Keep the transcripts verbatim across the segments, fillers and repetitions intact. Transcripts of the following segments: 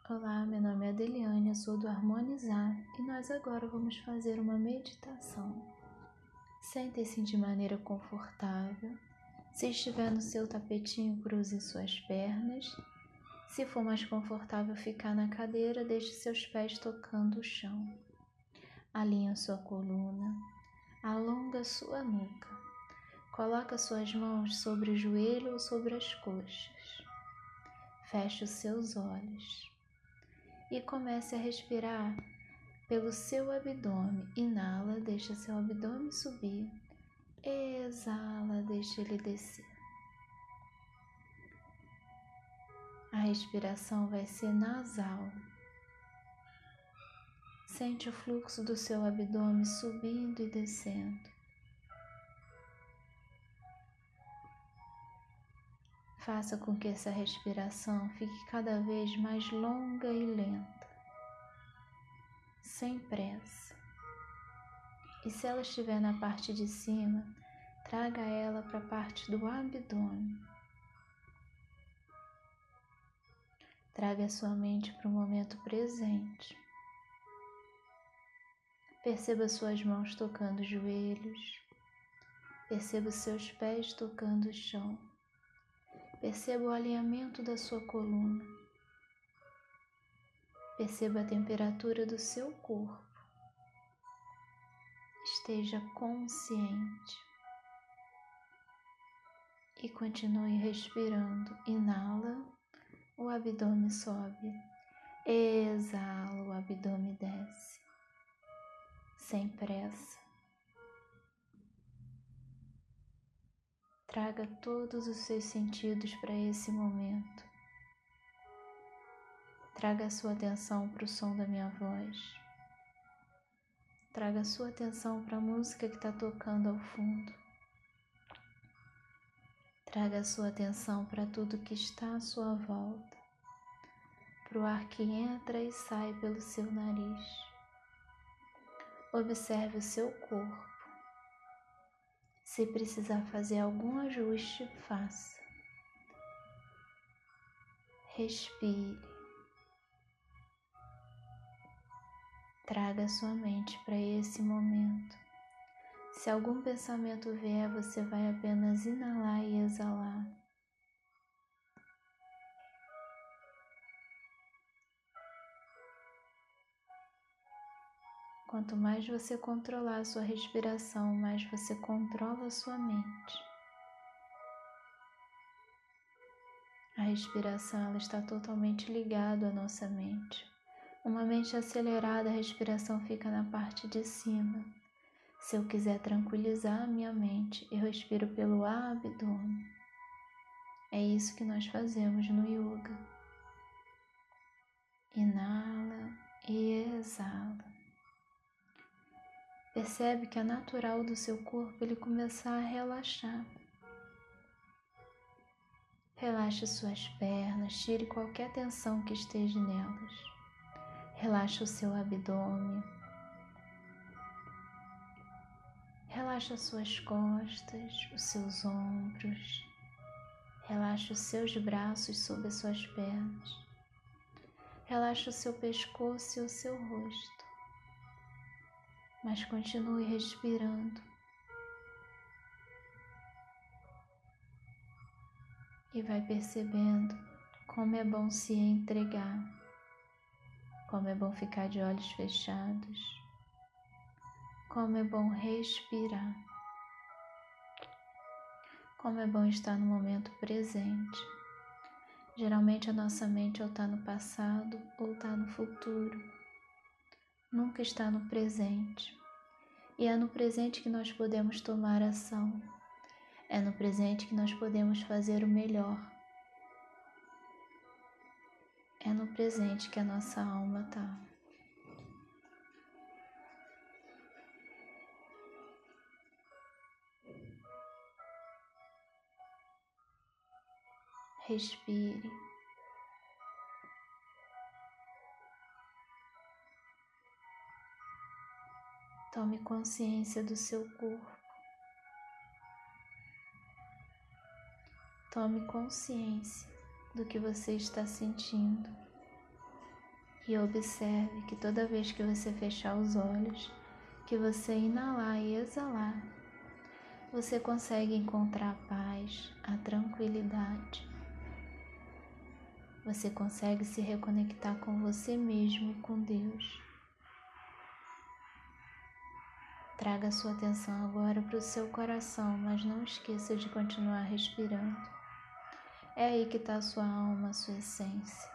Olá, meu nome é Adeliane, eu sou do Harmonizar e nós agora vamos fazer uma meditação. Sente-se de maneira confortável. Se estiver no seu tapetinho, cruze suas pernas. Se for mais confortável ficar na cadeira, deixe seus pés tocando o chão. Alinhe sua coluna, alonga sua nuca. Coloque suas mãos sobre o joelho ou sobre as coxas. Feche os seus olhos. E comece a respirar pelo seu abdômen. Inala, deixa seu abdômen subir. Exala, deixa ele descer. A respiração vai ser nasal. Sente o fluxo do seu abdômen subindo e descendo. Faça com que essa respiração fique cada vez mais longa e lenta, sem pressa. E se ela estiver na parte de cima, traga ela para a parte do abdômen. Traga a sua mente para o momento presente. Perceba suas mãos tocando os joelhos. Perceba os seus pés tocando o chão. Perceba o alinhamento da sua coluna. Perceba a temperatura do seu corpo. Esteja consciente. E continue respirando. Inala, o abdômen sobe. Exala, o abdômen desce. Sem pressa. Traga todos os seus sentidos para esse momento. Traga a sua atenção para o som da minha voz. Traga a sua atenção para a música que está tocando ao fundo. Traga a sua atenção para tudo que está à sua volta. Para o ar que entra e sai pelo seu nariz. Observe o seu corpo. Se precisar fazer algum ajuste, faça. Respire. Traga a sua mente para esse momento. Se algum pensamento vier, você vai apenas inalar e exalar. Quanto mais você controlar a sua respiração, mais você controla a sua mente. A respiração ela está totalmente ligada à nossa mente. Uma mente acelerada, a respiração fica na parte de cima. Se eu quiser tranquilizar a minha mente, eu respiro pelo abdômen. É isso que nós fazemos no yoga. Inala e exala. Percebe que é natural do seu corpo ele começar a relaxar. Relaxe suas pernas, tire qualquer tensão que esteja nelas. Relaxe o seu abdômen. Relaxe as suas costas, os seus ombros. Relaxe os seus braços sob as suas pernas. Relaxe o seu pescoço e o seu rosto. Mas continue respirando. E vai percebendo como é bom se entregar. Como é bom ficar de olhos fechados. Como é bom respirar. Como é bom estar no momento presente. Geralmente a nossa mente ou está no passado ou está no futuro. Nunca está no presente. E é no presente que nós podemos tomar ação. É no presente que nós podemos fazer o melhor. É no presente que a nossa alma está. Respire. Tome consciência do seu corpo. Tome consciência do que você está sentindo. E observe que toda vez que você fechar os olhos, que você inalar e exalar, você consegue encontrar a paz, a tranquilidade. Você consegue se reconectar com você mesmo e com Deus. Traga sua atenção agora para o seu coração, mas não esqueça de continuar respirando. É aí que está a sua alma, a sua essência.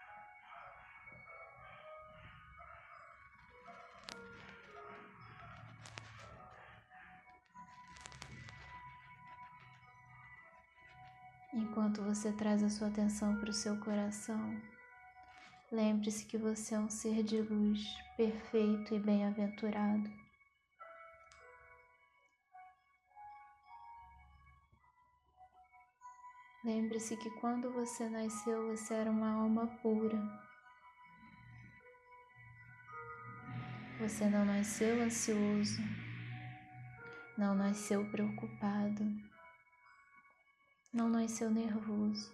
Enquanto você traz a sua atenção para o seu coração, lembre-se que você é um ser de luz, perfeito e bem-aventurado. Lembre-se que quando você nasceu, você era uma alma pura. Você não nasceu ansioso, não nasceu preocupado, não nasceu nervoso.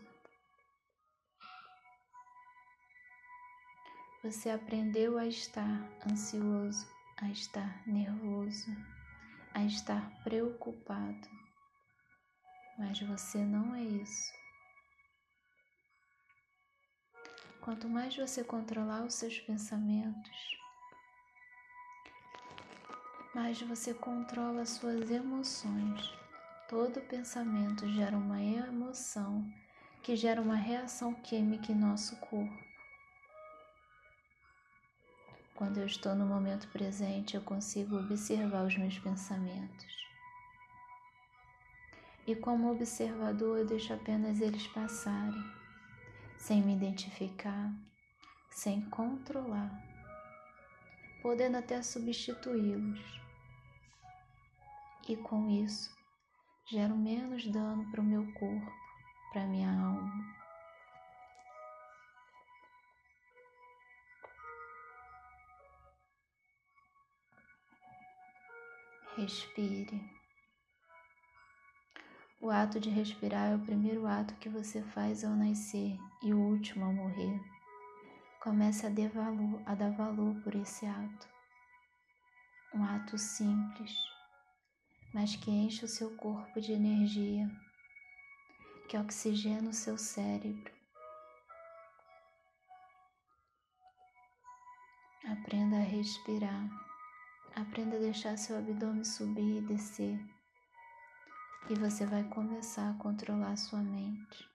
Você aprendeu a estar ansioso, a estar nervoso, a estar preocupado. Mas você não é isso. Quanto mais você controlar os seus pensamentos, mais você controla as suas emoções. Todo pensamento gera uma emoção, que gera uma reação química em nosso corpo. Quando eu estou no momento presente, eu consigo observar os meus pensamentos. E como observador, eu deixo apenas eles passarem, sem me identificar, sem controlar, podendo até substituí-los. E com isso, gero menos dano para o meu corpo, para a minha alma. Respire. O ato de respirar é o primeiro ato que você faz ao nascer e o último ao morrer. Comece a dar valor, a dar valor por esse ato. Um ato simples, mas que enche o seu corpo de energia, que oxigena o seu cérebro. Aprenda a respirar. Aprenda a deixar seu abdômen subir e descer. E você vai começar a controlar sua mente.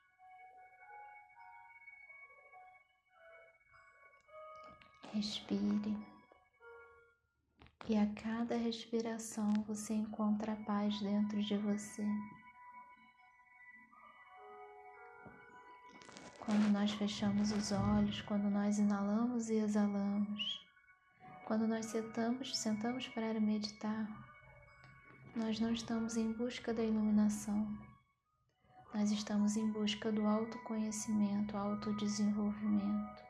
Respire. E a cada respiração você encontra a paz dentro de você. Quando nós fechamos os olhos, quando nós inalamos e exalamos, quando nós sentamos, sentamos para meditar, nós não estamos em busca da iluminação. Nós estamos em busca do autoconhecimento, autodesenvolvimento.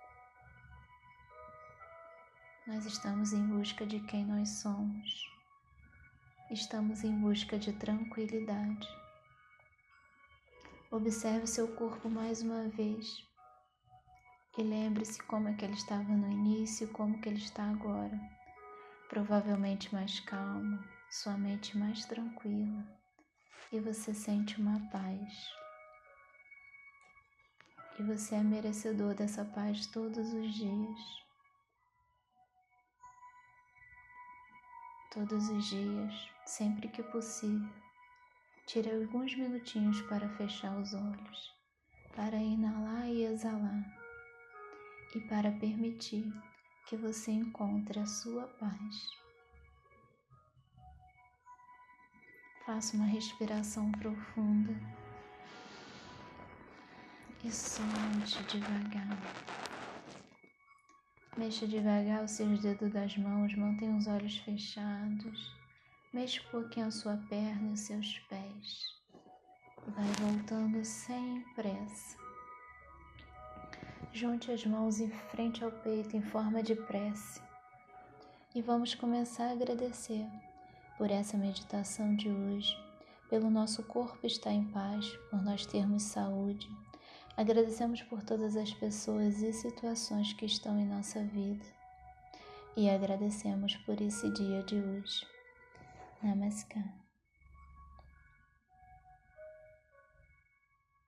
Nós estamos em busca de quem nós somos. Estamos em busca de tranquilidade. Observe seu corpo mais uma vez e lembre-se como é que ele estava no início e como que ele está agora. Provavelmente mais calmo, sua mente mais tranquila e você sente uma paz. E você é merecedor dessa paz todos os dias. Todos os dias, sempre que possível, tire alguns minutinhos para fechar os olhos, para inalar e exalar e para permitir que você encontre a sua paz. Faça uma respiração profunda e solte devagar. Mexa devagar os seus dedos das mãos, mantenha os olhos fechados. Mexa um pouquinho a sua perna e os seus pés. Vai voltando sem pressa. Junte as mãos em frente ao peito em forma de prece. E vamos começar a agradecer por essa meditação de hoje, pelo nosso corpo estar em paz, por nós termos saúde. Agradecemos por todas as pessoas e situações que estão em nossa vida. E agradecemos por esse dia de hoje. Namaskar.